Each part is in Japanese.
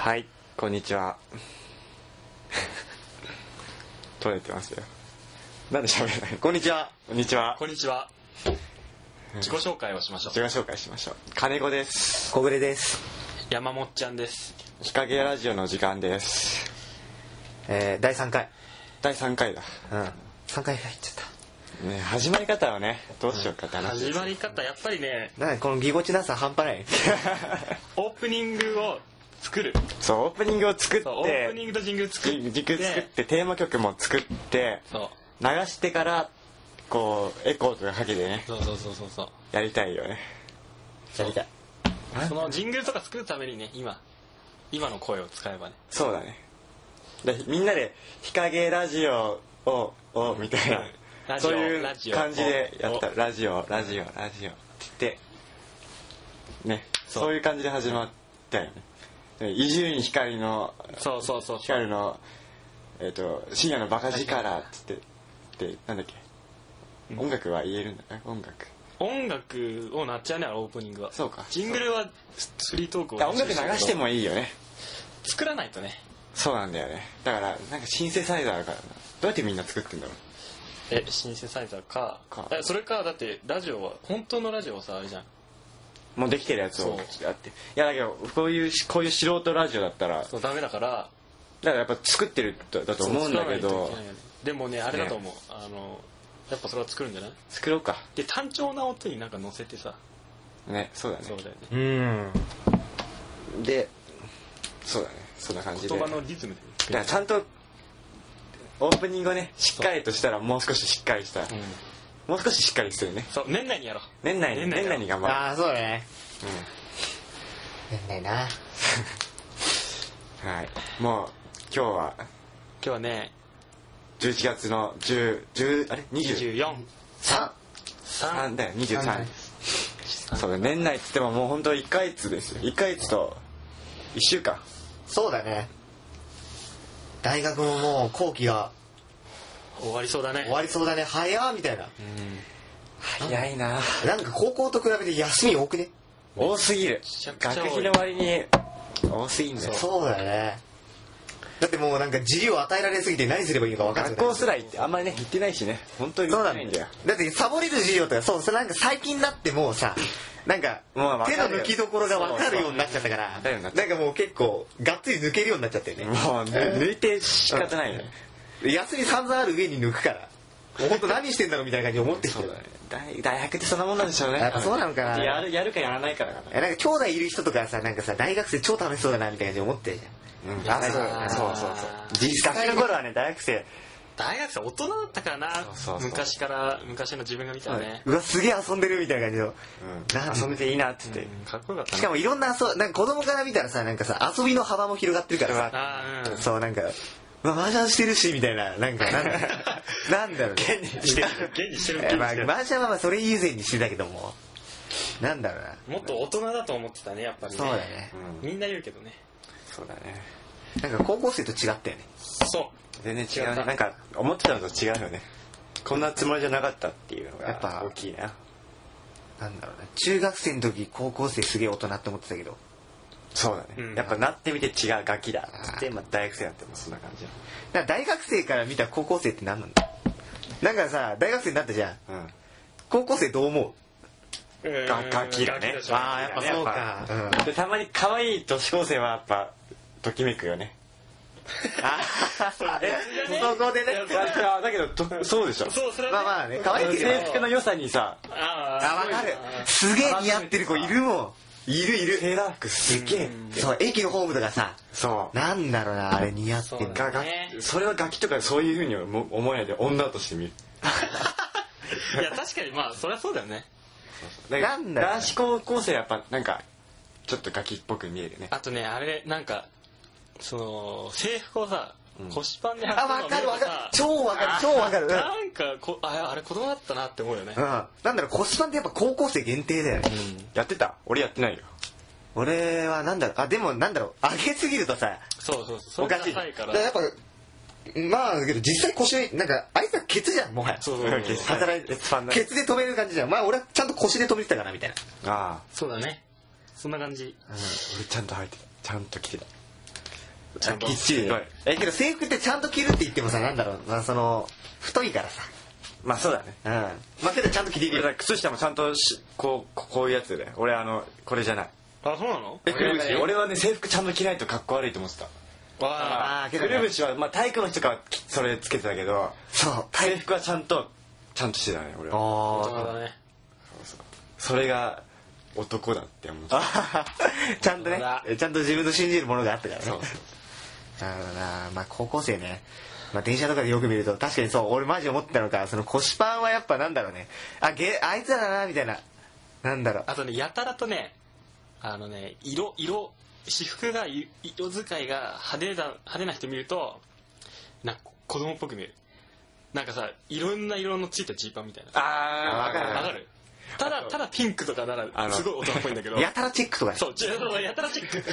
はい、こんにちは。撮れてますよ。なんで喋れない？ こんにちは。 こんにちは。 こんにちは。自己紹介をしましょう。 自己紹介しましょう。金子です。 小暮です。 山本ちゃんです。 日陰ラジオの時間です。 第3回。 第3回だ。 3回入っちゃった。 ね、始まり方はね、どうしようかって話。 始まり方やっぱりね、 このぎこちなさ半端ない。 オープニングを作る。 そう、オープニングを作って、 オープニングとジングル作って、 テーマ曲も作って、流してからこうエコーとかかけてね。 そうやりたいよね。 やりたい。 そのジングルとか作るためにね、今の声を使えばね。 そうだね。でみんなで日陰ラジオをみたいな、そういう感じでやった。ラジオって言ってね、そういう感じで始まったよね。伊集院光の光の深夜のバカ力って言ってなんだっけ、音楽は言えるんだね。音楽をなっちゃうね、オープニングは。 そうか。 ジングルはフリートークを音楽流してもいいよね。 作らないとね。 そうなんだよね。だからなんかシンセサイザーからな、どうやってみんな作ってんだろう。 シンセサイザーかそれか、だってラジオは本当のラジオはさ、あれじゃん、 もうできてるやつをやって。いやだけどこういう素人ラジオだったらダメだから、 やっぱ作ってるだと思うんだけど、 でもね、あれだと思う、やっぱそれは作るんじゃない？ 作ろうか。 で、単調な音になんか乗せてさね、そうだね。 そうだよね。 で、そうだね、そんな感じで言葉のリズムでだからちゃんとオープニングをねしっかりとしたら、もう少ししっかりした、もう少ししっかりするね。 そう、年内にやろう。 年内に頑張る。 ああ、そうだね。年内な。 はい、もう今日はね11月の10あれ 24 3だよ、23。そうだ、年内っつってももう本当1ヶ月ですよ。1ヶ月と1週間。 そうだね。大学ももう後期が終わりそうだね。 早みたいな。 早いな。 なんか高校と比べて休み多くね？ 多すぎる。学費の割に多すぎんだよ。 そうだよね。だってもうなんか自由を与えられすぎて何すればいいのか分かんない。 学校すら行ってあんまりね行ってないしね。本当に行ってないんだよ。 だってサボれる授業とか、それなんか最近になってもうさ、なんか手の抜きどころが分かるようになっちゃったから、なんかもう結構がっつり抜けるようになっちゃってるね。 もう抜いて仕方ないよね。 休み散々ある上に抜くから、もう本当何してんだろうみたいな感じで思ってきてる。 大学ってそんなもんなんでしょうね。 やっぱそうなのかな。 やるかやらないからかな。 なんか兄弟いる人とかさ、なんかさ、大学生超楽しそうだなみたいな感じで思ってるじゃん。 そう実際の頃はね、大学生大人だったからな。昔の自分が見たらね、 うわすげえ遊んでるみたいな感じの、 遊んでていいなって言って、 かっこよかった。 しかもいろんななんか子供から見たらさ、なんかさ遊びの幅も広がってるからさ、そうなんか麻雀してるしみたいな、なんだろうね。 現にしてる。 麻雀はまあそれ以前にしてたけども、なんだろうな。 もっと大人だと思ってたね、やっぱりね。 そうだね。 みんな言うけどね。 そうだね。 なんか高校生と違ったよね。 そう。 全然違うね。なんか思ってたのと違うよね。こんなつもりじゃなかったっていうのがやっぱ大きいな。 なんだろうね。中学生の時高校生すげえ大人って思ってたけど。 そうだね。やっぱなってみて違うガキだって、大学生だってもそんな感じ。 だから大学生から見た高校生って何なんだ。なんかさ、大学生になったじゃん。高校生どう思う？ ガキだね。 ああ、やっぱそうか。 でたまに可愛い女子高生はやっぱときめくよね。 そこでね。 だけどそうでしょ。 まあね、可愛いけど制服の良さにさ、 わかる。すげえ似合ってる子いるもん。いる。 セーラー服すげえ。 そう、駅のホームとかさ、 そうなんだろうな、あれ似合ってる。 それはガキとかそういう風に思えないで女として見る。 いや確かに、まあそりゃそうだよね。 なんだよ。 男子高校生やっぱなんかちょっとガキっぽく見えるね。 あとね、あれなんかその制服をさ、腰パンで履くのを見るとさ、超わかる。 なんかあれ子供だったなって思うよね。 なんだろう、腰パンってやっぱ高校生限定だよね。 やってた？俺やってないよ。 俺はなんだろう、でもなんだろう、上げすぎるとさ、 そうおかしい。やっぱまあだけど実際腰なんかあいつはケツじゃん、もはや。働いてケツで止める感じじゃん。まあ俺はちゃんと腰で止めてたからみたいな。 そうだね、そんな感じ。 俺ちゃんと履いてた、ちゃんと着てた。 ちゃんときっちりけど制服ってちゃんと着るって言ってもさ、なんだろう、まあその太いからさ、 まあそうだね。 まあけどちゃんと着ているよ。 靴下もちゃんとこういうやつで、俺これじゃない。 あ、そうなの？ 俺はね制服ちゃんと着ないとかっこ悪いと思ってた。くるぶしはまあ体育の人がそれつけてたけど、制服はちゃんとしてたね俺は。 大人だね。 それが男だって思って。 ちゃんとね、ちゃんと自分の信じるものがあったからね。なるほどな。まあ高校生ね、まあ電車とかでよく見ると確かにそう、俺マジ思ってたのか、その腰パンはやっぱなんだろうね、あいつらだなみたいな、なんだろう。 あとね、やたらとね、私服が色使いが派手な人見るとなんか子供っぽく見える。なんかさ、いろんな色のついたジーパンみたいな。 わかる。 ただピンクとかならすごい大人っぽいんだけど、 やたらチェックとかね。 そう、やたらチェック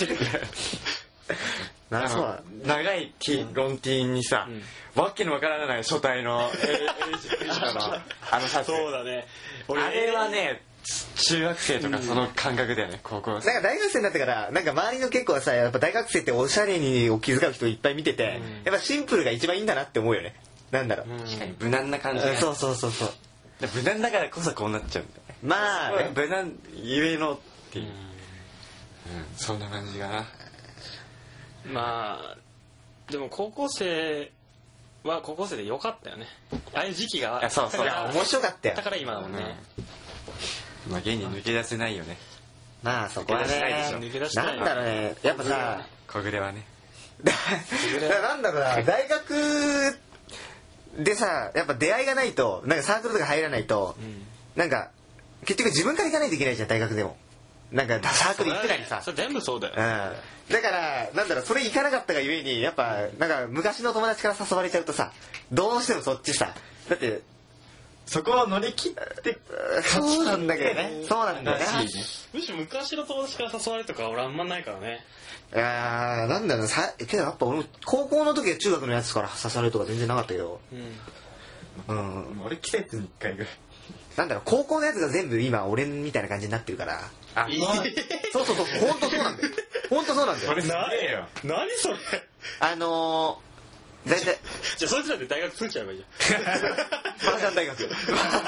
長いロンティーにさ、わけのわからない書体のシャツ。 そうだね。 あれはね、中学生とかその感覚だよね、高校生。 なんか大学生になってからなんか周りの結構さ、やっぱ大学生っておしゃれに気遣う人いっぱい見てて、やっぱシンプルが一番いいんだなって思うよね。なんだろう、 確かに無難な感じ。 そう無難だからこそこうなっちゃうんだよね。 まあ無難ゆえのっていう、そんな感じかな。 まあでも高校生は高校生でよかったよね。ああいう時期が面白かったよ。 だから今だもんね。 まあ現に抜け出せないよね。 まあそこはね、なんだろうね、やっぱさ、 小暮はねなんだろうな、大学でさ、やっぱ出会いがないと、なんかサークルとか入らないと、なんか結局自分から行かないといけないじゃん、大学でも。なんかサークル行ってないさ、 それ全部そうだよ。 だからなんだろう、それ行かなかったがゆえにやっぱなんか昔の友達から誘われちゃうとさ、どうしてもそっちさ、だってそこを乗り切ってそうなんだけどね。そうなんだよね。 むしろ昔の友達から誘われるとか俺あんまないからね。 なんだろう、けどやっぱ俺も高校の時は中学のやつから誘われるとか全然なかったけど、 俺季節に1回ぐらい。 なんだろう、高校のやつが全部今俺みたいな感じになってるから。そう本当そうなんだよ。本当そうなんだよ。 これ何それ。 大体じゃあそいつらで大学住んじゃえばいいじゃん。 マージャン大学。い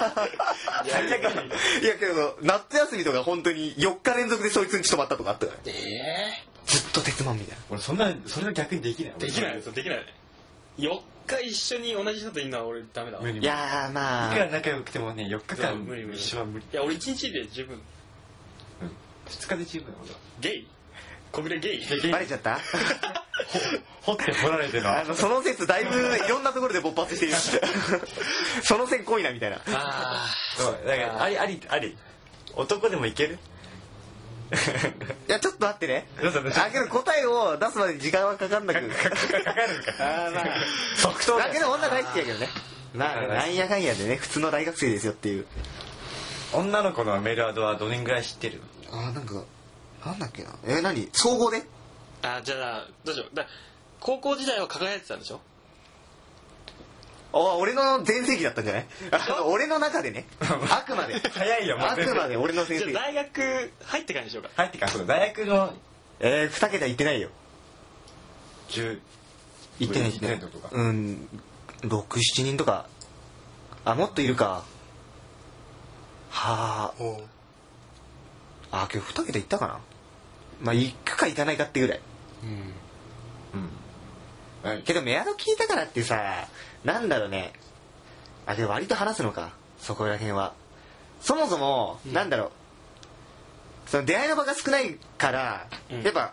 やけど夏休みとか本当に4日連続でそいつんち泊まったとかあったから。ずっと鉄マンみたいな。 俺それは逆にできない。 できない。4日一緒に同じ人といるのは俺ダメだわ。 いやまあいくら仲良くてもね、4日間一緒は無理。 いや俺1日で十分。 2日で十分だ俺は。 ゲイ？小暮ゲイ？ バレちゃった？ 掘って掘られてるの。 その説だいぶいろんなところで勃発している。その線濃いなみたいな。 そうだからあり男でもいける？ いやちょっと待ってね。けど答えを出すまでに時間はかかんなく。 かかるか。 即答だけど女大好きやけどね。まあなんやかんやでね、普通の大学生ですよっていう。 女の子のメールアドはどれぐらい知ってる？ なんかなんだっけな。何？総合で？ じゃあどうしよう。高校時代は輝いてたんでしょ？ 俺の全盛期だったんじゃない？俺の中でね。あくまで。 早いよ。 あくまで俺の先生。 じゃあ大学入ってからにしようか。 入ってから。そう大学の 2桁行ってないよ。 10 行ってないとか。6、7人とか。もっといるか。はあ。今日2桁行ったかな。まあ行くか行かないかってぐらい。けどメアド聞いたからってさ、なんだろうね。けど割と話すのか、そこら辺は。そもそも、なんだろう、その出会いの場が少ないから、やっぱ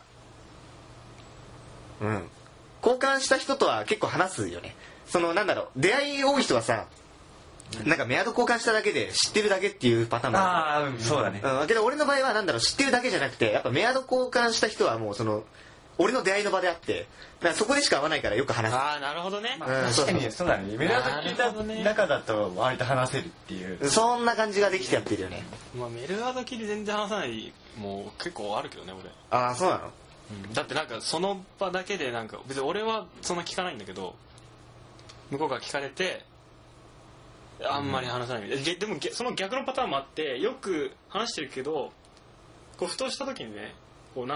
交換した人とは結構話すよね。そのなんだろう、出会い多い人はさ、なんかメアド交換しただけで知ってるだけっていうパターンもある。 そうだね。 けど俺の場合はなんだろう、知ってるだけじゃなくて、やっぱメアド交換した人はもうその俺の出会いの場であって、だからそこでしか会わないからよく話す。 なるほどね。 確かにそうだね。メルアド聞いた中だと割と話せるっていう。 そんな感じができてやってるよね。 メルアド聞いて全然話さないもう結構あるけどね俺。そうなの？ だってなんかその場だけでなんか別に俺はそんな聞かないんだけど、向こうが聞かれてあんまり話さない。でもその逆のパターンもあって、よく話してるけど、こうふとした時にね、こうなんか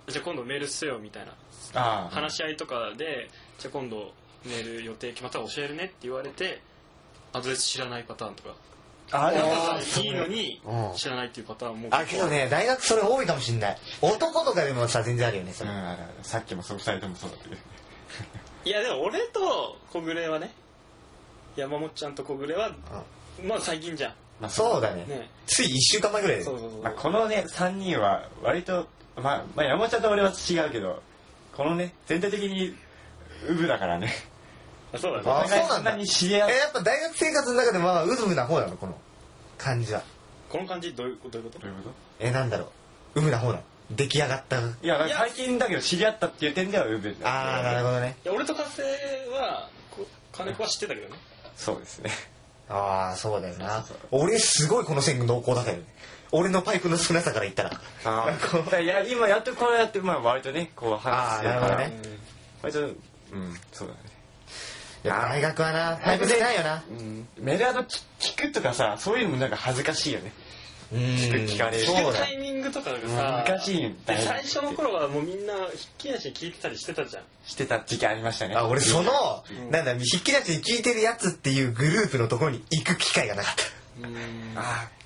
じゃあ今度メールせよみたいな話し合いとかで、じゃあ今度メール予定決まったら教えるねって言われてアドレス知らないパターンとか、いいのに知らないっていうパターンも。 けどね、大学それ多いかもしんない。男とかでもさ全然あるよねそれ。 さっきも2人ともそうだったけど。 いやでも俺と小暮はね、山本ちゃんと小暮はまあ最近じゃん。 まあそうだね。つい1週間前ぐらいで。 このね3人は割とまあ山本ちゃんと俺は違うけど、このね全体的にウブだからね。 そうだね。 そうなんだ。やっぱ大学生活の中でもウブな方なのこの感じは。 この感じどういうこと？ なんだろう、ウブな方なの。出来上がった。 いや最近だけど知り合ったっていう点ではウブ。 なるほどね。 いや俺と加瀬は金子は知ってたけどね。 そうですね。 そうだよな。俺すごいこの線濃厚だけどね。俺のパイプの少なさから言ったら。 いや今やっとこうやって割とねこう話してるから。割とそうだね。 大学はなパイプ少ないよな。 メールアド聞くとかさ、そういうのもなんか恥ずかしいよね。聞かれる。 聞くタイミングとかがさ難しいんだよ。 最初の頃はもうみんなひっきりなしに聞いてたりしてたじゃん。 してた時期ありましたね。 俺そのなんだひっきりなしに聞いてるやつっていうグループのところに行く機会がなかった。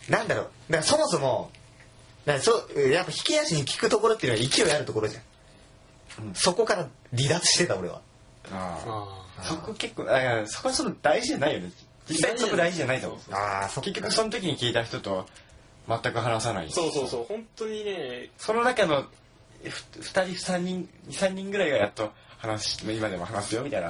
なんだろう、だからそもそもやっぱひっきりなしに聞くところっていうのは勢いあるところじゃん。そこから離脱してた俺は。 そこ結構そこはその大事じゃないよね。実際そこ大事じゃないと思う。結局その時に聞いた人と全く話さない。 そう本当にね、 その中の2人3人ぐらいがやっと今でも話すよみたいな。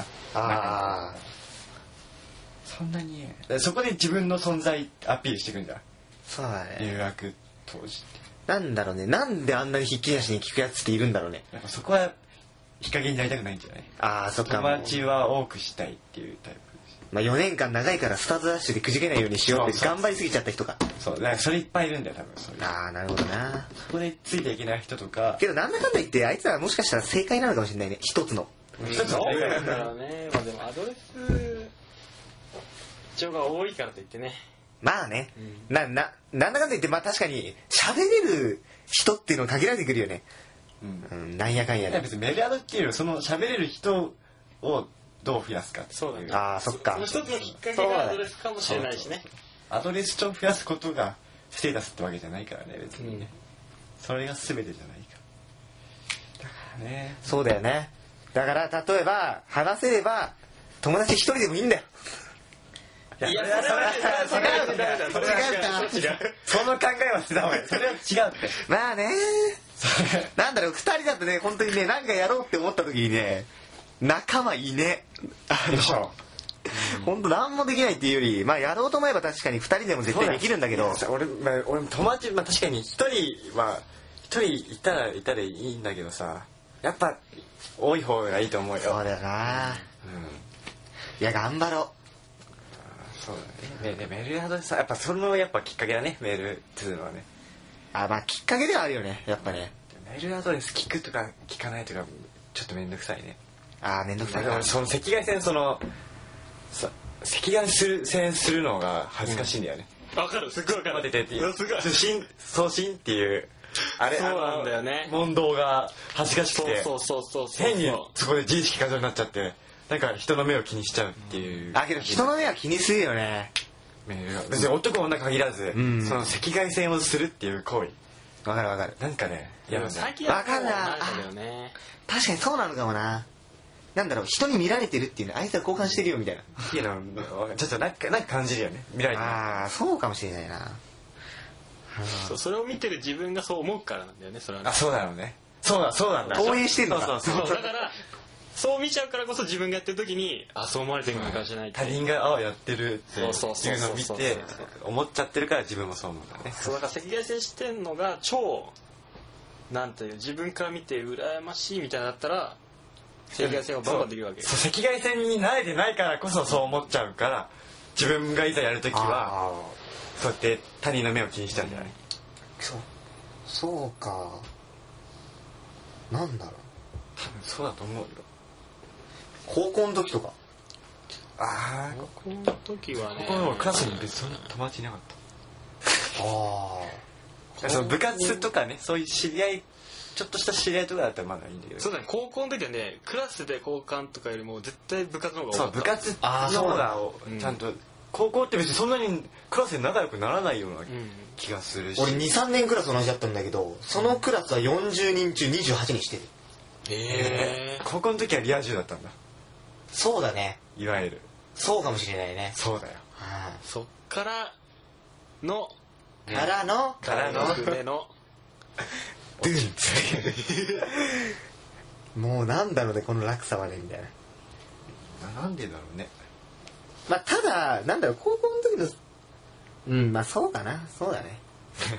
そんなにそこで自分の存在アピールしていくんじゃん。 そうだね。 留学当時ってなんだろうね、なんであんなにひっきりなしに聞くやつっているんだろうね。 やっぱそこは日陰になりたくないんじゃない？ そっか。 友達は多くしたいっていうタイプ。 4年間長いからスタートダッシュでくじけないようにしようって頑張りすぎちゃった人か。 そうだからそれいっぱいいるんだよ多分。そういうなるほどな。 そこでついていけない人とか。 けどなんだかんだ言ってあいつらもしかしたら正解なのかもしれないね。一つのそうなんだろうね。まあでもアドレス情が多いからと言ってね。 まあね、なんだかんだ言ってまあ確かに喋れる人っていうの限られてくるよね。なんやかんやで。 別にメールアドっていうよりその喋れる人をどう増やすか。 そうだね。 そっか。 その一つのきっかけがアドレスかもしれないしね。 アドレスを増やすことがステータスってわけじゃないからね別にね。それが全てじゃないから。だからね。 そうだよね。だから例えば話せれば友達一人でもいいんだよ。 いやそれは違う。 その考えはしてた方がいい。それは違うって。 まあね。なんだろう、2人だとね本当にね何かやろうって思った時にね仲間いねでしょ。 本当何もできないっていうよりまあやろうと思えば確かに2人でも絶対できるんだけど。 俺友達確かに1人いたらいいんだけどさ、やっぱ多い方がいいと思うよ。 そうだよな。いや頑張ろう。 そうだね。メールアドレスやっぱそのきっかけだね、メールっていうのはね。 まあきっかけではあるよねやっぱね。 メールアドレス聞くとか聞かないとかちょっとめんどくさいね。 めんどくさいか。その赤外線赤外線するのが恥ずかしいんだよね。 わかる、すっごいわかる。 送信っていうあれ、 そうなんだよね。 問答が恥ずかしくて、変にそこで自意識過剰になっちゃって、なんか人の目を気にしちゃうっていう。 けど人の目は気にするよね。 別に男女限らず、その赤外線をするっていう行為。 わかる。 なんかね、 最近はわかんない。確かにそうなのかもな。なんだろう、人に見られてるっていうね、あいつは交換してるよみたいな。 っていうのちょっとなんか感じるよね。見られてる。 そうかもしれないな。 それを見てる自分がそう思うからなんだよね、それはね。 そうだろうね。そうなんだ。 投影してんのか。 だからそう見ちゃうからこそ自分がやってる時にそう思われてるのかもしれない。 他人がやってるっていうのを見て思っちゃってるから自分もそう思うんだね。 そうだから赤外線してんのが超なんていう自分から見て羨ましいみたいなだったら赤外線をバンバンできるわけ。 赤外線に慣れてないからこそそう思っちゃうから、自分がいざやるときはそうやって他人の目を気にしちゃうんじゃない？ そうか。なんだろう。 多分そうだと思うよ。 高校の時とか。 高校の時はね。 クラスに別に友達いなかった。その部活とかね、そういう知り合いちょっとした知り合いとかだったらまだいいんだけど。 そうだね、高校の時はねクラスで交換とかよりも絶対部活の方が多かった。 そう部活の方がちゃんと、高校って別にそんなにクラスで仲良くならないような気がするし、 俺 2,3 年クラス同じだったんだけど、そのクラスは40人中28人してる。 高校の時はリア充だったんだ。 そうだね、 いわゆるそうかもしれないね。 そうだよ。 そっからのからの船のドゥンっつってもうなんだろうねこの落差はねみたいな。 なんでだろうね。 まあただなんだろう、高校の時のまあそうかな、そうだね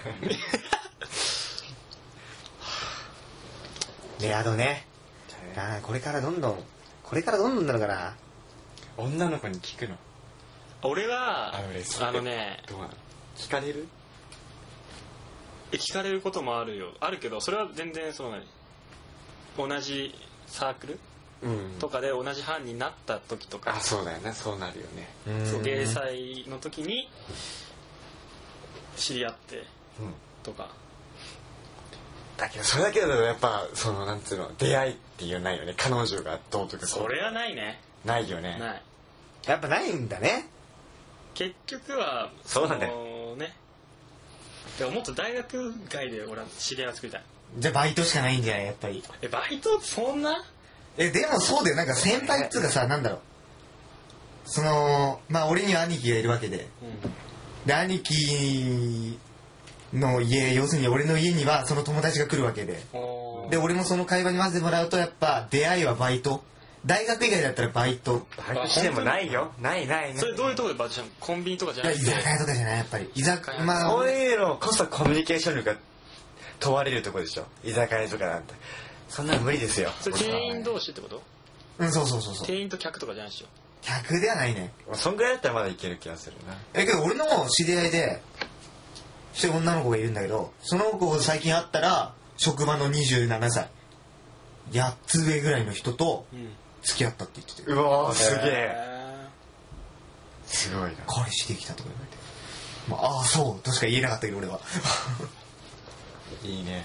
であとね、これからどんどんなのかな。 女の子に聞くの。 俺はどうなの聞かれる？ 聞かれることもあるけど、それは全然その同じサークルとかで同じ班になった時とか、 そうだよね、そうなるよね。 そう芸祭の時に知り合ってとか、 だけどそれだけだとやっぱそのなんつうの出会いっていうないよね。彼女がどうとかそれはないね。 ないよね。 ない。 やっぱないんだね。 結局はそうなんだよね。でももっと大学外で俺は知り合いを作りたい。 じゃあバイトしかないんじゃないやっぱり。 バイトそんな？ でもそうだよ、なんか先輩っつうかさ、なんだろう、そのまあ俺には兄貴がいるわけで、で兄貴の家、要するに俺の家にはその友達が来るわけで、で俺もその会話に混ぜてもらうとやっぱ出会いはバイト、大学以外だったらバイトしてもないよ。ないそれどういうところでバイトしたの？コンビニとかじゃなくて居酒屋とかじゃない、やっぱりまあそういうのこそコミュニケーション力が問われるところでしょ。居酒屋とかなんてそんなの無理ですよ。 それ店員同士ってこと？ そう店員と客とかじゃないでしょ。 客ではないね。 そんぐらいだったらまだいける気がするな。 けど俺の知り合いで一人女の子がいるんだけど、その子最近会ったら職場の27歳8つ上ぐらいの人と付き合ったって言ってて、 うわーすげえ、すごいな。 彼氏できたとか言われて、ああそうとしか言えなかったけど俺は。 いいね。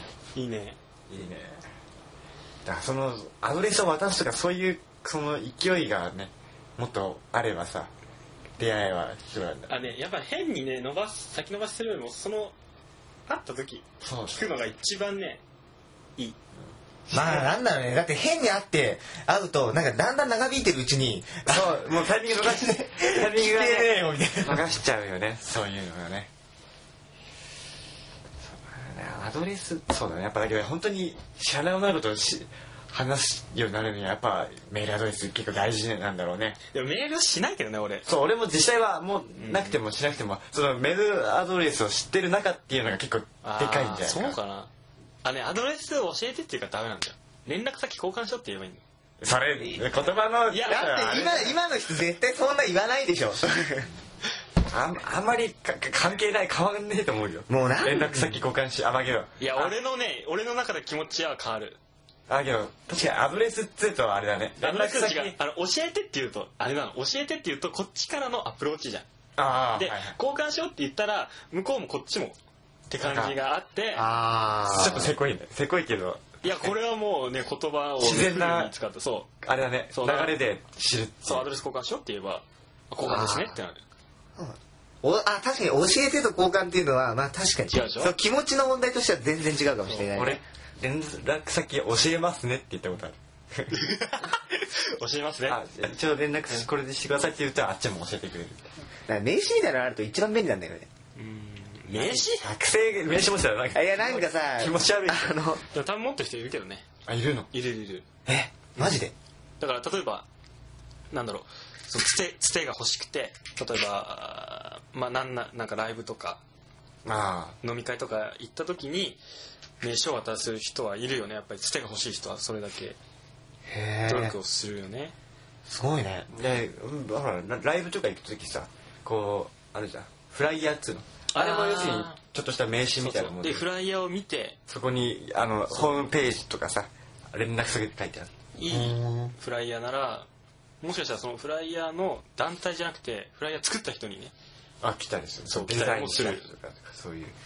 だからそのアドレスを渡すとかそういうその勢いがねもっとあればさ、出会いは広がるんだ。 やっぱ変にね先延ばしするよりもその会った時聞くのが一番ねいい。 まあなんだろうね、だって変に会うとなんかだんだん長引いてるうちにそうもうタイミング逃してタイミングがね逃しちゃうよね、そういうのがね。アドレスそうだね、やっぱだけど本当に知らない女の子と話すようになるにはやっぱメールアドレス結構大事なんだろうね。 いやメールしないけどね俺も実際はもうなくてもしなくても、そのメールアドレスを知ってる中っていうのが結構でかいんじゃないか。 そうかな。アドレスを教えてっていうかダメなんだよ。連絡先交換しようって言えばいいんだよ。 それ言葉のいやだって今の人絶対そんな言わないでしょ。 あんまり関係ない、変わんねえと思うよ。 もう連絡先交換しまあけどいや俺の中で気持ちは変わる。 けど確かにアドレスっつうとあれだね。 アドレス違う。教えてって言うとあれなの。教えてって言うとこっちからのアプローチじゃん。で、交換しようって言ったら向こうもこっちもって感じがあって、 ちょっとせこいね。せこいけど、 いやこれはもうね言葉を自然な使ってそうあれだね、流れで知る。 そうアドレス交換しようって言えば交換ですねってなる。 確かに教えてと交換っていうのはまあ確かに違うでしょ。 気持ちの問題としては全然違うかもしれない、ね。 俺連絡先教えますねって言ったことある。 教えますね。 一応連絡先これでしてくださいって言ったらあっちも教えてくれる。 だから名刺みたいなのあると一番便利なんだよね。 名刺？ 学生名刺持ってたらなんかいやなんかさ気持ち悪い。 多分持ってる人いるけどね。 いるの？ いる。 マジで？ だから例えばなんだろう、つてが欲しくて、例えばなんかライブとか飲み会とか行った時に名刺を渡す人はいるよね。やっぱりつてが欲しい人はそれだけ努力をするよね。 すごいね。 でほらライブとか行く時さ、こうあるじゃん、フライヤーっつうの。あれも要するにちょっとした名刺みたいなものでフライヤーを見て、 そこにホームページとかさ連絡先って書いてある。 いいフライヤーならもしかしたらそのフライヤーの団体じゃなくてフライヤー作った人にね来たりする。 そうデザインしたりとかそういう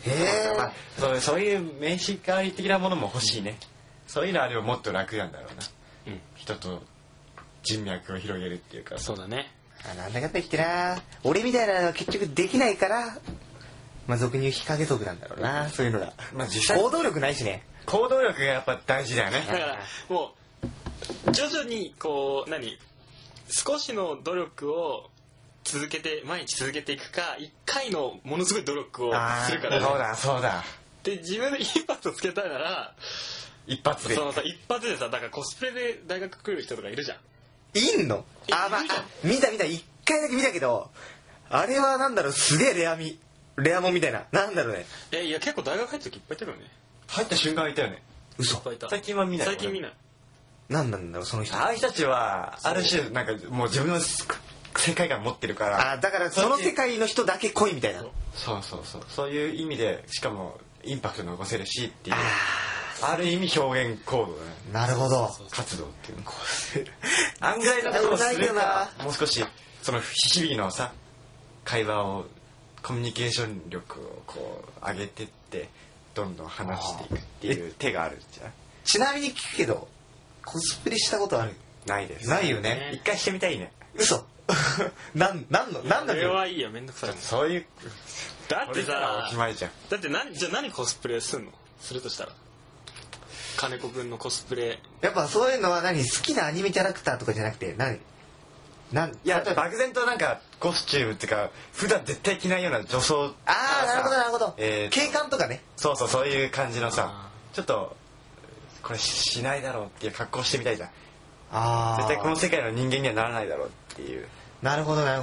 そういう名刺代わり的なものも欲しいね。そういうのあればもっと楽なんだろうな、人と人脈を広げるっていうか。 そうだね。 なんだかんだ言ってな、俺みたいなのは結局できないから、俗に言う日陰族なんだろうな、そういうのが。実際行動力ないしね。 行動力がやっぱ大事だよね。 だからもう徐々にこう少しの努力を毎日続けていくか、一回のものすごい努力をするから、 ね、そうだで自分で一発をつけたいなら一発で一発でさ、だからコスプレで大学来る人とかいるじゃん。 いんの？見た一回だけ見たけど、あれはなんだろう、すげえレアもんみたいな、なんだろうね。 いや結構大学入った時いっぱいいたよね。 入った瞬間いたよね。 嘘。 最近は見ない。 最近見ない。 なんなんだろうその人。 ああいう人たちはある種なんかもう自分の世界観持ってるから。 だからその世界の人だけ来いみたいな。 そういう意味で、しかもインパクト残せるしっていう、ある意味表現行動だね。 なるほど。 活動っていうの。案外のことをするか、もう少しその日々のさ会話を、コミュニケーション力をこう上げてってどんどん話していくっていう手があるじゃん。 ちなみに聞くけど、コスプレしたことある？ ないです。 ないよね。 一回してみたいね。 嘘。なんだそれはいいよ、めんどくさい。 そういう。 だってさ、 おしまいじゃん。 だってじゃあ何コスプレするとしたら、金子くんのコスプレ。 やっぱそういうのは好きなアニメキャラクターとかじゃなくて、 いや漠然となんかコスチュームっていうか、普段絶対着ないような女装。 なるほど。警官とかね。 そういう感じのさ、ちょっとこれしないだろうっていう格好してみたいじゃん。絶対この世界の人間にはならないだろうっていう。 なるほど。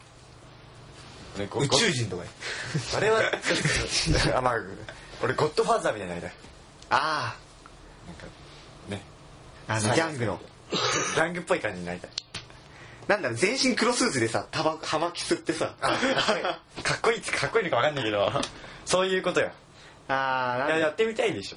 宇宙人とかあれは俺ゴッドファーザーみたいなのやりたい。なんかね、 ギャングのギャングっぽい感じになりたい。 なんだろう、全身黒スーツでさ、葉巻吸ってさ、 かっこいいのか分かんないけど、そういうことよ。やってみたいでしょ。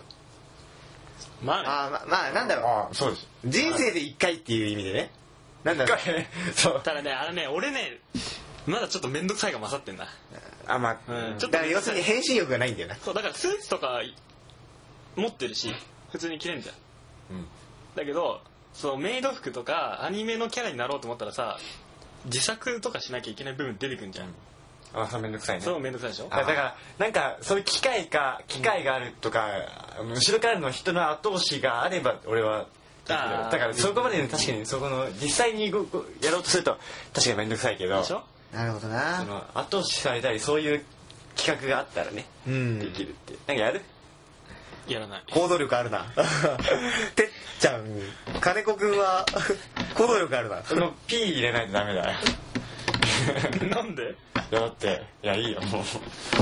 なんだろう、 そうです。 人生で一回っていう意味でね。なんだろう。 そうただね、俺ね、まだちょっと面倒くさいが勝ってんだ。 ちょっと要するに変身欲がないんだよな。 そうだからスーツとか持ってるし普通に着れんじゃん。だけどメイド服とかアニメのキャラになろうと思ったらさ、自作とかしなきゃいけない部分出てくんじゃん。 そうめんどくさいね。 そうめんどくさいでしょ。 だからなんかそういう機会があるとか、後ろからの人の後押しがあれば俺はだからそこまで確かにそこの実際にやろうとすると確かにめんどくさいけど。 でしょ。なるほどな。 後押しされたりそういう企画があったらね、できるって。なんかやる？ やらない。 行動力あるな。てっちゃん、金子くんは行動力あるな。 その P 入れないとダメだよ。 なんで？ だっていいよも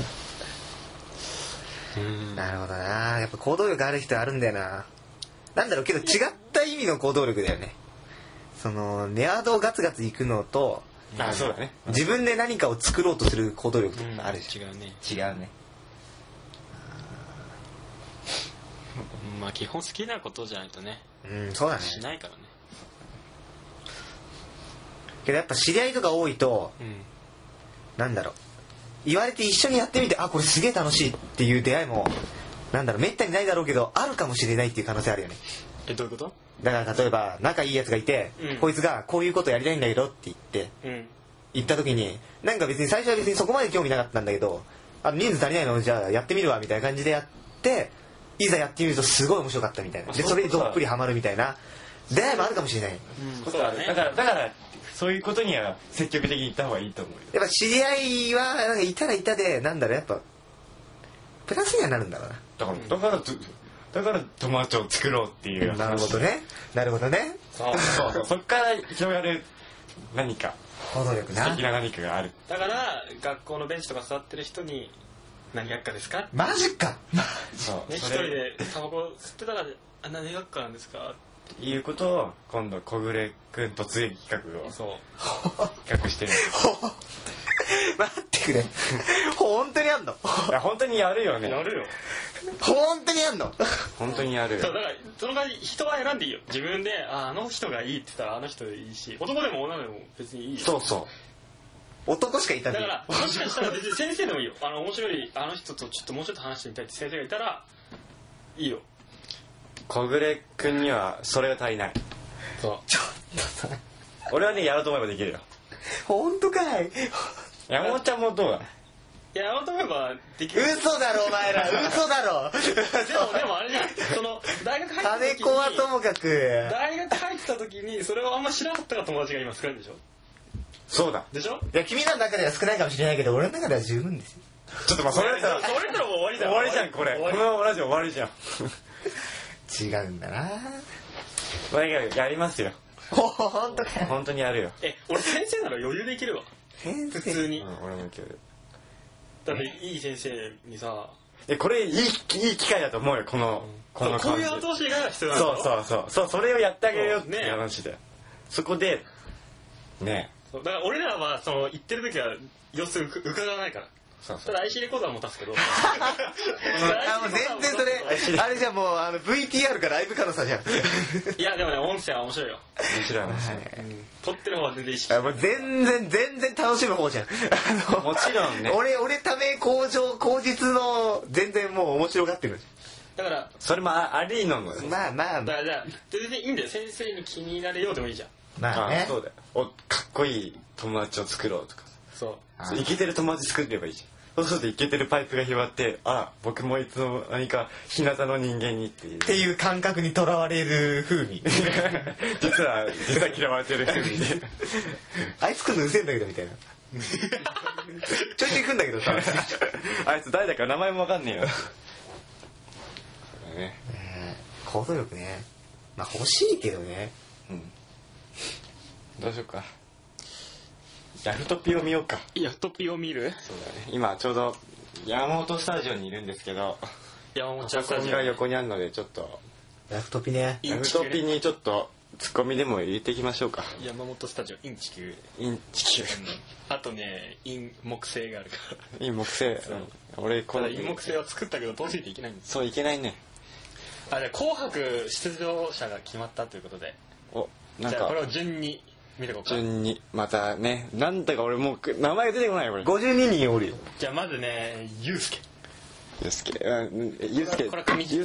う。なるほどな。やっぱ行動力ある人あるんだよな。なんだろうけど違った意味の行動力だよね。ネアードをガツガツ行くのと、 そうだね。 自分で何かを作ろうとする行動力とかあるじゃん。 違うね。基本好きなことじゃないとね。 そうだね。 しないからね。 けどやっぱ知り合いとか多いと、なんだろう、言われて一緒にやってみて、これすげえ楽しいっていう出会いもめったにないだろうけどあるかもしれないっていう可能性あるよね。 どういうこと？ だから例えば仲いいやつがいて、こいつがこういうことやりたいんだけどって言った時に、なんか別に最初は別にそこまで興味なかったんだけど、人数足りないのじゃあやってみるわみたいな感じでやって、いざやってみるとすごい面白かったみたいな。でそれにどっぷりハマるみたいな出会いもあるかもしれない。 そうだね。だからそういうことには積極的に行った方がいいと思うよ。 やっぱ知り合いはなんかいたらいたで、なんだろう、やっぱプラスにはなるんだろうな。 だから友達を作ろうっていう。 なるほどね。 そっから広がる何か行動力な、 素敵な何かがある。 だから学校のベンチとか座ってる人に何学科ですか？ マジか。 一人でタバコ吸ってたら何学科なんですかっていうことを今度小暮くん突撃企画を企画してるんです待ってくれ。本当にやんの？ いや本当にやるよね。 やるよ。 本当にやんの？ 本当にやる。 そうだからその場合人は選んでいいよ。自分であの人がいいって言ったらあの人でいいし、男でも女でも別にいいよ。 そう男しかいたんだからもしかしたら別に先生でもいいよ。面白いあの人とちょっともうちょっと話してみたいって先生がいたらいいよ。 小暮君にはそれが足りない。 そうちょっと俺はねやろうと思えばできるよ。 本当かい。 山本ちゃんもどうだ。 やろうと思えばできる。 嘘だろお前ら嘘だろ。 でもあれじゃん、その大学入った時に金子はともかく大学入った時にそれをあんま知らなかったから友達が今少ないんでしょ。 そうだでしょ。 いや君らの中では少ないかもしれないけど俺の中では十分ですよ。 ちょっとまあそれだったらもう終わりだよ。 終わりじゃんこれ。このラジオ終わりじゃん。 違うんだな。 まあやりますよ。 本当かよ。 本当にやるよ。 俺先生なら余裕でいけるわ。普通に。 俺もいける。 だっていい先生にさ。 これいい機会だと思うよこの感じ。 こういう後押しが必要なの。 そうそれをやってあげるよっていう話で。そこでね。 だから俺らはその言ってる時は様子伺わないから。ただ IC レコーダーも出すけど。 もう全然それあれじゃもうVTR かライブかの差じゃん。 いやでもね音声は面白いよ。 面白い話。 撮ってる方は全然意識。 もう全然楽しむ方じゃん。 もちろんね。 俺ため口実の全然もう面白がってる。 だからそれもありののよ。 まあだからじゃあ全然いいんだよ。先生に気になれようでもいいじゃん。 まあね。 そうだよ。かっこいい友達を作ろうとか。 そうイケてる友達作ればいいじゃん。そうするとイケてるパイプが広がって僕もいつの間にか日向の人間にっていう感覚にとらわれる風に実は嫌われてる風にね。 あいつ来るのうせえんだけどみたいな。ちょいちょい来んだけどさあいつ誰だか名前もわかんねえよ。 行動力ね。まあ欲しいけどね。 どうしようか。ヤフトピを見ようか。 ヤフトピを見る？ そうだね。今ちょうど山本スタジオにいるんですけど、 山本スタジオが横にあるのでちょっとヤフトピね。 ヤフトピにちょっとツッコミでも入れていきましょうか。 山本スタジオイン地球。 イン地球。 あとねイン木星があるから。 イン木星。俺このイン木星は作ったけど遠すぎていけないんです。 そういけないね。 じゃあ紅白出場者が決まったということで。 なんかじゃあこれを順に。 順にまたねなんだか俺もう名前が出てこないよこれ。 52人おるよ。 じゃあまずねユウスケはユウスケは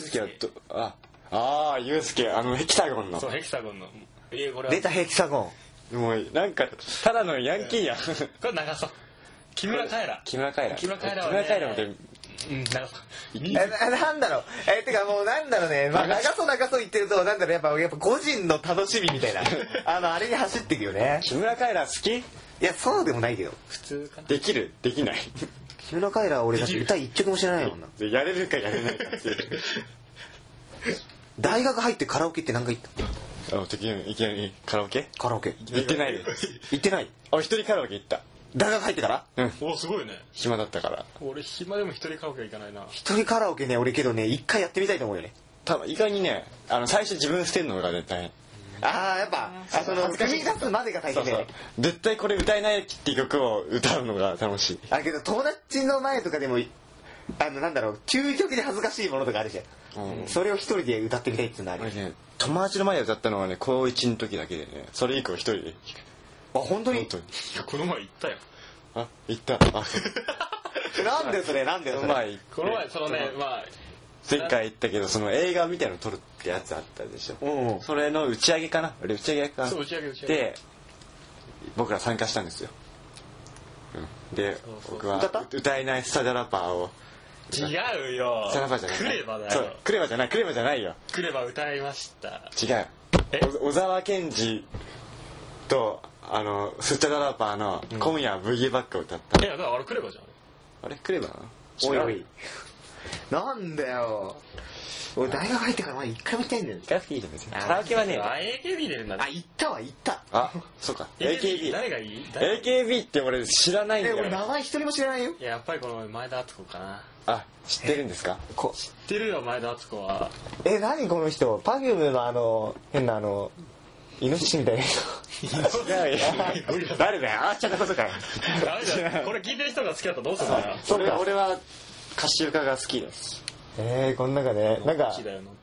ユウスケヘキサゴンの。 そうヘキサゴンの出たヘキサゴン。もうなんかただのヤンキーや。 これ長そう。木村カエラもでなんだろうてかもうなんだろうね、まあ、長そう言ってるとなんだろうやっぱ個人の楽しみみたいなあれに走っていくよね。 木村カエラ好き？いやそうでもないけど普通かな。 できるできない。 木村カエラは俺だって歌一曲も知らないもんな。 やれるかやれないかっていう。 大学入ってカラオケって何回行った？ いきなりカラオケ行ってないです。 行ってない。 一人カラオケ行った。 大学入ってから？ おすごいね。 暇だったから。 俺暇でも一人カラオケは行かないな。 一人カラオケね俺けどね一回やってみたいと思うよね。 意外にね最初自分捨てるのが絶対。 やっぱ踏み出すまでが大変で。 絶対これ歌えないっていう曲を歌うのが楽しい。 けど友達の前とかでもなんだろう究極に恥ずかしいものとかあるじゃん。それを一人で歌ってみたいっていうのある。 友達の前で歌ったのはね高1の時だけでね。それ以降一人で。 本当に？ この前行ったよ。 行った。 なんでそれこの前そのね前回言ったけどその映画みたいの撮るってやつあったでしょ。それの打ち上げかな。打ち上げで僕ら参加したんですよ。で僕は歌えないスタジャラパーを。 違うよ。 スタジャラパーじゃない。 クレバだよ。 クレバじゃないよ。 クレバ歌いました。 違う。小沢健二とスチャダラパーの今夜ブギーバックを歌った。 いやだからあれクレバじゃん。 あれクレバなの？ おいなんだよ。俺大学入ってから一回も行ってんだよ。 行かなくていいじゃん別に。カラオケはね。 AKB 出るんだね。 行ったそうか。 AKB 誰がいい？ AKB って俺知らないんだよ。 俺名前一人も知らないよ。 やっぱりこの前田敦子かな。 知ってるんですか？ 知ってるよ前田敦子は。 何この人Perfumeの変なイノシシみたいな人。 誰だよ。ちゃったことかよ。 これ聞いてる人が好きだったらどうするんだよ。 俺は歌集家が好きです。 この中でなんか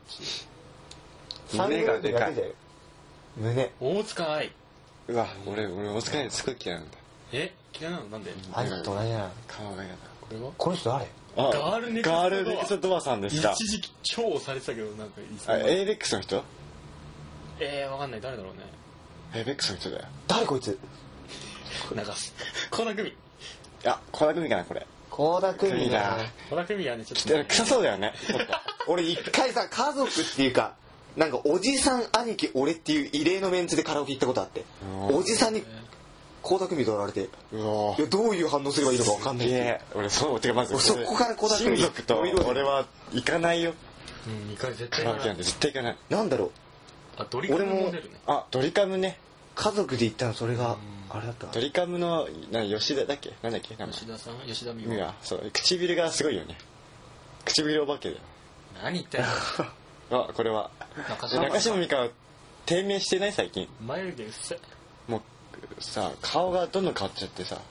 胸がでかい。 胸。 大塚愛。 うわ俺大塚愛すごい嫌いなんだ。 嫌いなのなんで？ あいつと同じじゃない？ 顔が嫌だ。 この人誰？ ガールネクストドアさんですか？ 一時期超押されてたけどなんかいいっすね。エイベックスの人？ わかんない、誰だろうね。 エイベックスの人だよ。 誰こいつ？ 流す。倖田來未。 いや、倖田來未かなこれ。 倖田來未だ。 倖田來未はねちょっと、ね、 臭そうだよね。 俺一回さ家族っていうかなんかおじさん兄貴俺っていう異例のメンツでカラオケ行ったことあって、おじさんに倖田來未とられて、いやどういう反応すればいいのか分かんないって。 俺そうてかまずそこから倖田來未親族と俺は行かないよ。 行かない、絶対行かない。 絶対行かない。 なんだろう。 ドリカムも出るね。 ドリカムね。 家族で行ったのそれがあれだった。 ドリカムの吉田だっけ？なんだっけ？ 吉田さん？吉田美和。そう、唇がすごいよね。唇お化けだよ。 何言ってんの？ これは中島美嘉は低迷してない最近。 眉毛薄い。 もうさ顔がどんどん変わっちゃってさ。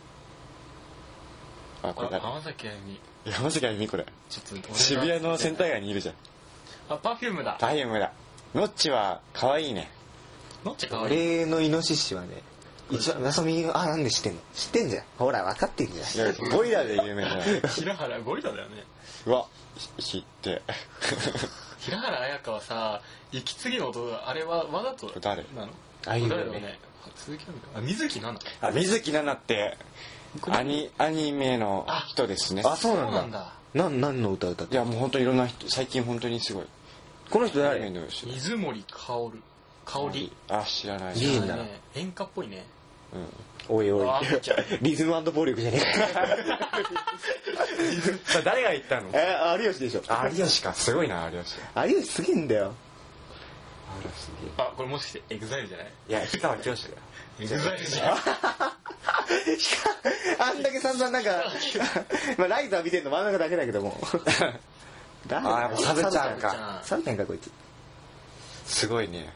これ浜崎あゆみ。 浜崎あゆみこれ。渋谷のセンター街にいるじゃん。 パフュームだ。 パフュームだ。ノッチは可愛いね。 ノッチ可愛い。 俺のイノシシはね。一応謎見なんで知ってんの？知ってんじゃん。ほら分かってんじゃん。 ゴリラで有名じゃない。 平原ゴリラだよね。 うわ知って平原綾香はさ息継ぎの音あれはわざと誰なの？ あいう誰だろうね。鈴木奈々。水木奈々。 水木奈々ってアニメの人ですね。 そうなんだ。何の歌歌って？ いやもう本当にいろんな人最近本当にすごい。 この人誰？ 水森かおる。香り。 知らない。 いいんだ。 演歌っぽいね。 おいおいリズム&暴力じゃねえ。誰が言ったの？ 有吉でしょ。 有吉か。すごいな有吉。 有吉すげえんだよ。 これもしかしてエグザイルじゃない？ いや氷川きよしだよ。 エグザイルじゃん。 あんだけ散々なんかライト浴びてんの真ん中だけだけども。 やっぱサブちゃんか。 サブちゃんかこいつ。 すごいね。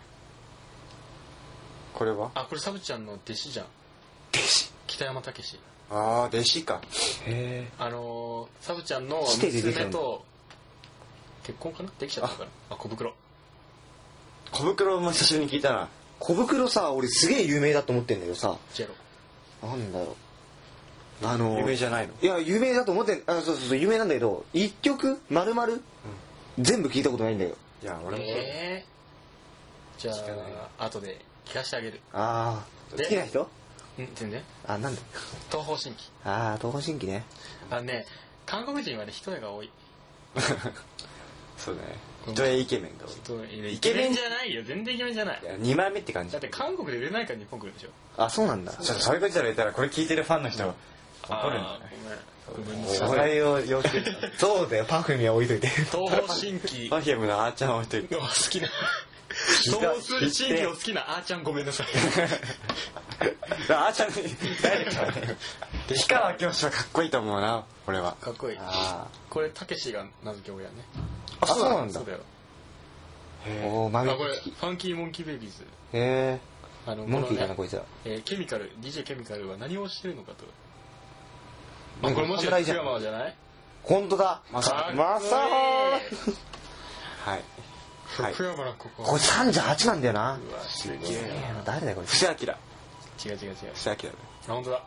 これは？ これサブちゃんの弟子じゃん。 弟子？ 北山武史。 弟子か。 へえ。 サブちゃんの娘と結婚かな？できちゃったから。小袋。 小袋も久しぶりに聞いたな。 小袋さ俺すげえ有名だと思ってんだけどさ。 ジェロ。 なんだろう。有名じゃないの？ いや有名だと思ってそう有名なんだけど一曲丸々全部聞いたことないんだよ。 いや俺も。 じゃあ後で聞かせてあげる。 好きな人？ 全然。 なんだ。 東方神起。 東方神起ね。 ね韓国人はね一重が多い。 そうだね。一重イケメンが多い。 イケメンじゃないよ。全然イケメンじゃない。 2枚目って感じ。 だって韓国で売れないから日本来るでしょ。 そうなんだ。 そういうこと言ったらこれ聞いてるファンの人怒るんだね。 ごめん。 謝罪を要求。 そうだよパフュームは置いといて。 東方神起。 パフュームのあーちゃん置いといて。 好きな。東方神起を好きなあーちゃんごめんなさい。 あーちゃん誰かね。氷川きよしはかっこいいと思うな俺は。 かっこいい。これたけしが名付け親ね。 そうなんだ。 そうだよ。 これファンキーモンキーベイビーズ。 へえ。モンキーかなこいつは。 ケミカル DJ ケミカルは何をしてるのかと。これもしかして福山じゃない？ 本当だ。まさは。 はい。 福山のここ。 これ38なんだよな。 うわすげえな。誰だよこれ。 布施明。 違う。 布施明だ。 本当だ。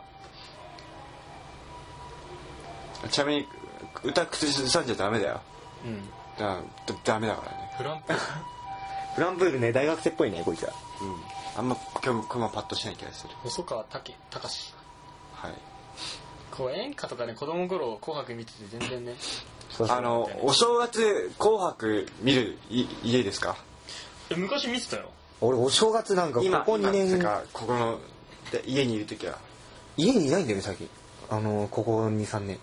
ちなみに歌口ずさんじゃダメだよ。ダメだからね。 フランプール。 フランプールね大学生っぽいねこいつは。 あんま今日パッとしない気がする。 細川隆史。 はい。 演歌とかね子供の頃紅白見てて全然ね。 お正月紅白見る家ですか？ 昔見てたよ。 俺お正月なんかここ2年ここの家にいる時は家にいないんだよね最近。ここ 2,3 年。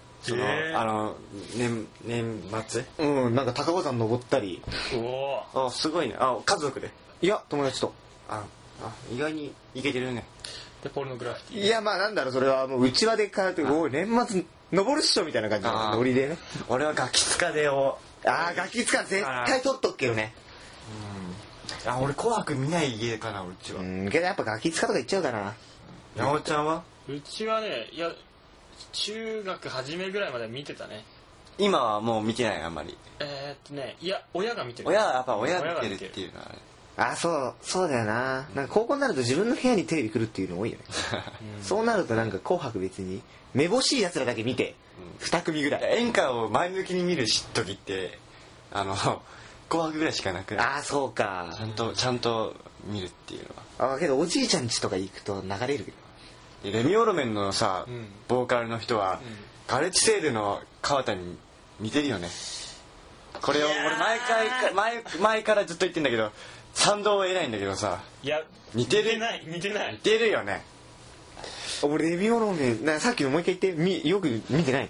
年末？ なんか高尾山登ったり。 すごいね。家族で？ いや友達と。 意外にイケてるね。 でポルノグラフィティ。 いやなんだろうそれはもう内輪で買うと年末登るっしょみたいな感じのノリでね。 俺はガキ使でガキ使絶対取っとくけどね。 俺紅白見ない家かなうちは。 けどやっぱガキ使とか行っちゃうかな。 山本ちゃんは？ うちはね中学初めぐらいまで見てたね。 今はもう見てないあんまり。 いや親が見てる。 やっぱ親見てるっていうのはそうだよな。なんか高校になると自分の部屋にテレビ来るっていうの多いよね。そうなるとなんか紅白別にめぼしいやつらだけ見て、2組ぐらい。 演歌を前向きに見る時って紅白ぐらいしかなくない？ そうか。 ちゃんと見るっていうのは。 けどおじいちゃん家とか行くと流れるけど。レミオロメンのさ、ボーカルの人は、ガレッジセールの川田に似てるよね。これを俺前からずっと言ってんだけど、賛同を得ないんだけどさ。 いや、 似てるよね。 俺レミオロメンさっきのもう一回言って、よく見てない。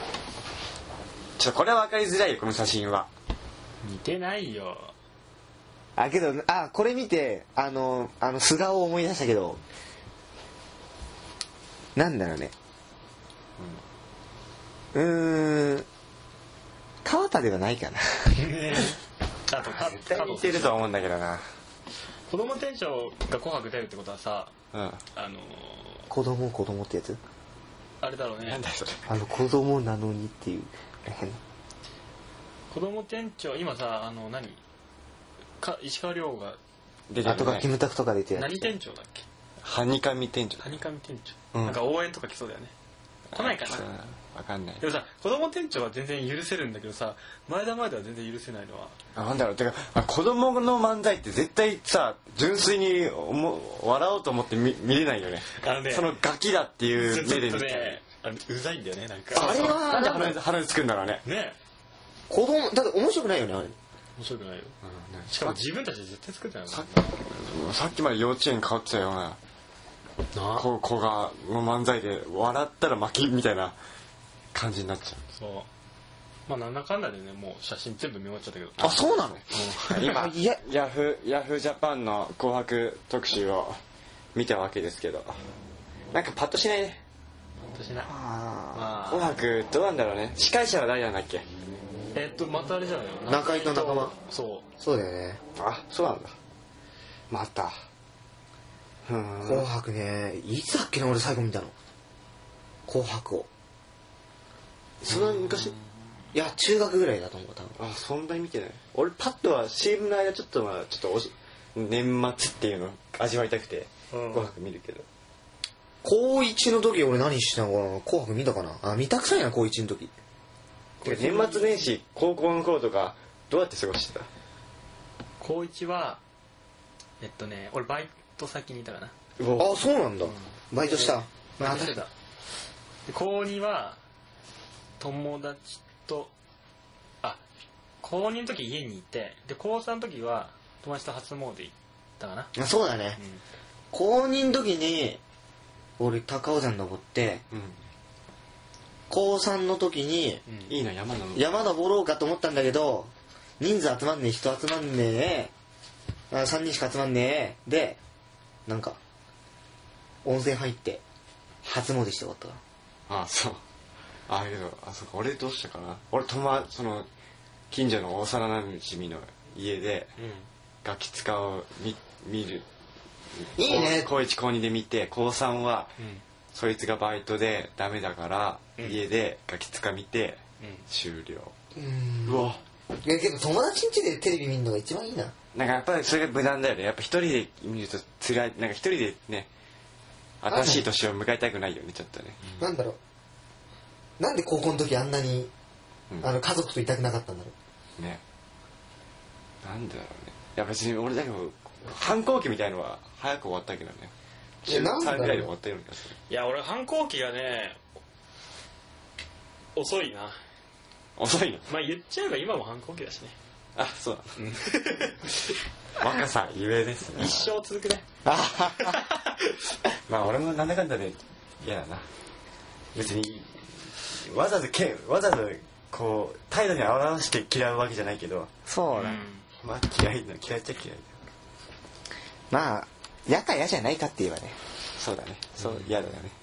これは分かりづらいよ、この写真は。 似てないよ。 けどこれ見て素顔を思い出したけど、なんだろうね、川田ではないかな。 あと絶対似てると思うんだけどな。 子供店長が紅白出るってことはさ、 子供ってやつ、 あれだろうね。 なんだそれ。子供なのにっていう。 子供店長今さ石川遼が出てるね。 とかキムタクとか出てる。 何店長だっけ？ はにかみ店長。 なんか応援とか来そうだよね。来ないかな。 わかんない。 でもさ、子供店長は全然許せるんだけどさ、前田は全然許せないのは。 なんだろう、てか子供の漫才って絶対さ、純粋に笑おうと思って見れないよね。そのガキだっていう目で見て。 うざいんだよね、なんか。 あれはなんで鼻につくんだろうね。 ね。 子供だって面白くないよね、あれ。 面白くないよ。しかも自分たちで絶対作ってないの。 さっきまで幼稚園通ってたような子が漫才で笑ったら負けみたいな感じになっちゃう。 そう。まあなんだかんだでね、もう写真全部見終わっちゃったけど。 そうなの？ 今ヤフージャパンの紅白特集を見たわけですけど、なんかパッとしないね。 パッとしない。 紅白どうなんだろうね。司会者は誰なんだっけ？ またあれじゃないの？ 中井と仲間。そうだよね。 そうなんだ。また。 紅白ね、いつだっけな、俺最後見たの。紅白を。 そんな昔？いや、中学ぐらいだと思う、多分。 そんなに見てない。俺パッとは CM の間ちょっと年末っていうの味わいたくて紅白見るけど。 高1の時俺何してたのかな。紅白見たかな。見たくさいな、高1の時。 年末年始高校の頃とかどうやって過ごしてた？ 高1は俺バイト先にいたかな。 そうなんだ。バイトした。 バイトしてた。高2は友達と高2の時家にいて、で高3の時は友達と初詣行ったかな。 そうだね。高2の時に俺高尾山登って、高3の時にいいな、 山登ろうかと思ったんだけど、人数集まんねえ、人集まんねえ、3人しか集まんねえで、なんか温泉入って初詣して終わった。 そう。けどそうか、俺どうしたかな。俺その近所の幼なじみの家でガキ使を見る。 いいね。 高1高2で見て、高3はそいつがバイトでダメだから家でガキ使見て終了。 うわ。けど友達ん家でテレビ見るのが一番いいな。 なんかやっぱりそれが無難だよね。やっぱ一人で見ると辛い。なんか一人でね、新しい年を迎えたくないよね、ちょっとね。 なんだろう、なんで高校の時あんなに、家族といたくなかったんだろうね。なんでだろうね。いや別に俺だけど反抗期みたいのは早く終わったけどね。中3ぐらいで終わったような気がする。 いや俺反抗期がね遅いな。 遅いの？ まあ言っちゃえば今も反抗期だしね。 そうだ。若さゆえですね。 一生続くね。 まあ俺もなんだかんだで嫌だな。別にわざわざこう態度に表して嫌うわけじゃないけど。 そうだ。 まあ嫌いっちゃ嫌いだ。 まあ嫌か嫌じゃないかって言えばね。 そうだね。そう嫌だよね。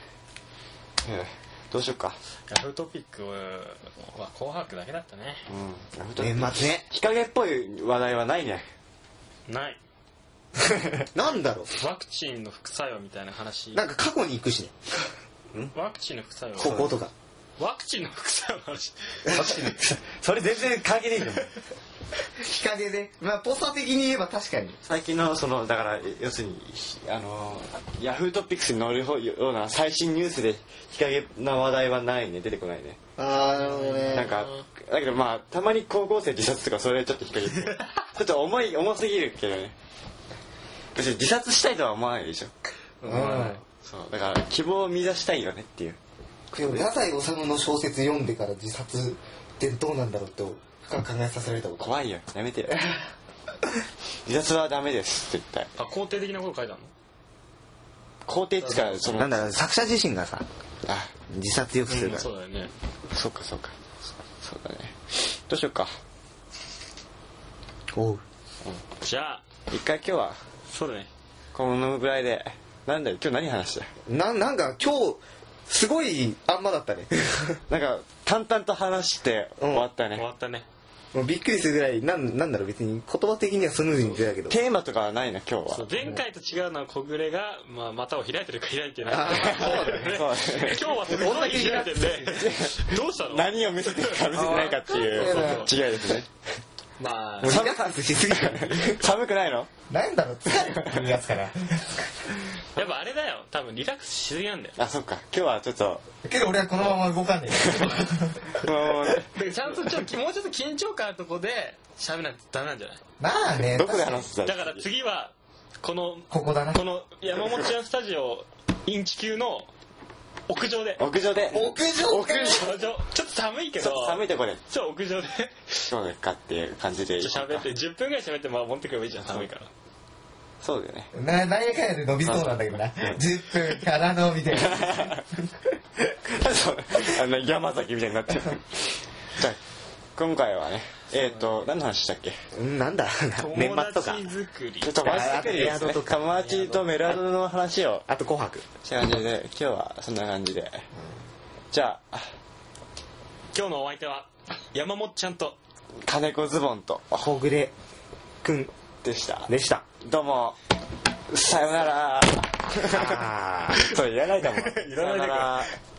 どうしよっか。 ヤフートピックは紅白だけだったね。 年末ね。 日陰っぽい話題はないね。 ない。 なんだろう。 ワクチンの副作用みたいな話。 なんか過去に行くしね。 ワクチンの副作用。 高校とか。 ワクチンの副作用の話。 それ全然関係ねえじゃん。 日陰で、まあポスター的に言えば確かに最近のだから要するにヤフートピックスに載るような最新ニュースで日陰な話題はないね、出てこないね。 ああ、なるほどね。 なんかだけどまあたまに高校生自殺とかそれちょっと日陰ってちょっと重すぎるけどね。別に自殺したいとは思わないでしょ。そうだから希望を見出したいよねっていう。 でも太宰治の小説読んでから自殺ってどうなんだろうって深く考えさせられたこと。 怖いよ、やめてよ。自殺はダメです絶対。 肯定的なこと書いてあるの？ 肯定ってかなんだろう、作者自身がさ自殺よくするから。 そうだよね。 そうだね。どうしようか。 おう。 じゃあ一回今日はそうだね。 このぐらいで。なんだよ今日何話した？ なんか今日すごいあんまだったね。 なんか淡々と話して終わったね。 終わったね。 もうびっくりするぐらいなんだろう、別に言葉的にはスムーズに出たけど。 テーマとかはないな今日は。 そう前回と違うのは小暮が股を開いてるか開いてないか。 そうだね。 今日はどんだけ開いてるんでどうしたの？ 何を見せてるか見せてないかっていう違いですね。 まあリラックスしすぎた。 寒くないの？ なんだろう、疲れてるやつから。 やっぱあれだよ、多分リラックスしすぎなんだよ。 あ、そっか。今日はちょっとけど俺はこのまま動かんねえ。 もうちゃんともうちょっと緊張感あるとこで喋らないとダメなんじゃない？ まあね。 どこで話すんだから次はここだな。 この山本ちゃんスタジオインチ級の屋上で。 屋上ちょっと寒いけど。 寒いとこで。 屋上で。 そうだかっていう感じで。 喋って10分ぐらい喋って持ってくればいいじゃん、寒いから。 そうだよね。 何やかんやで伸びそうなんだけどな。10分からのみたいな。 そう山崎みたいになってる。じゃあ今回はね何の話したっけ？ なんだ年末とか友達作りですね。友達とメラドの話をあと紅白した感じで今日はそんな感じで、じゃあ今日のお相手は山本ちゃんと金子ズボンと小暮くんでした。どうもさよなら。それいらないかも。 いらないかも。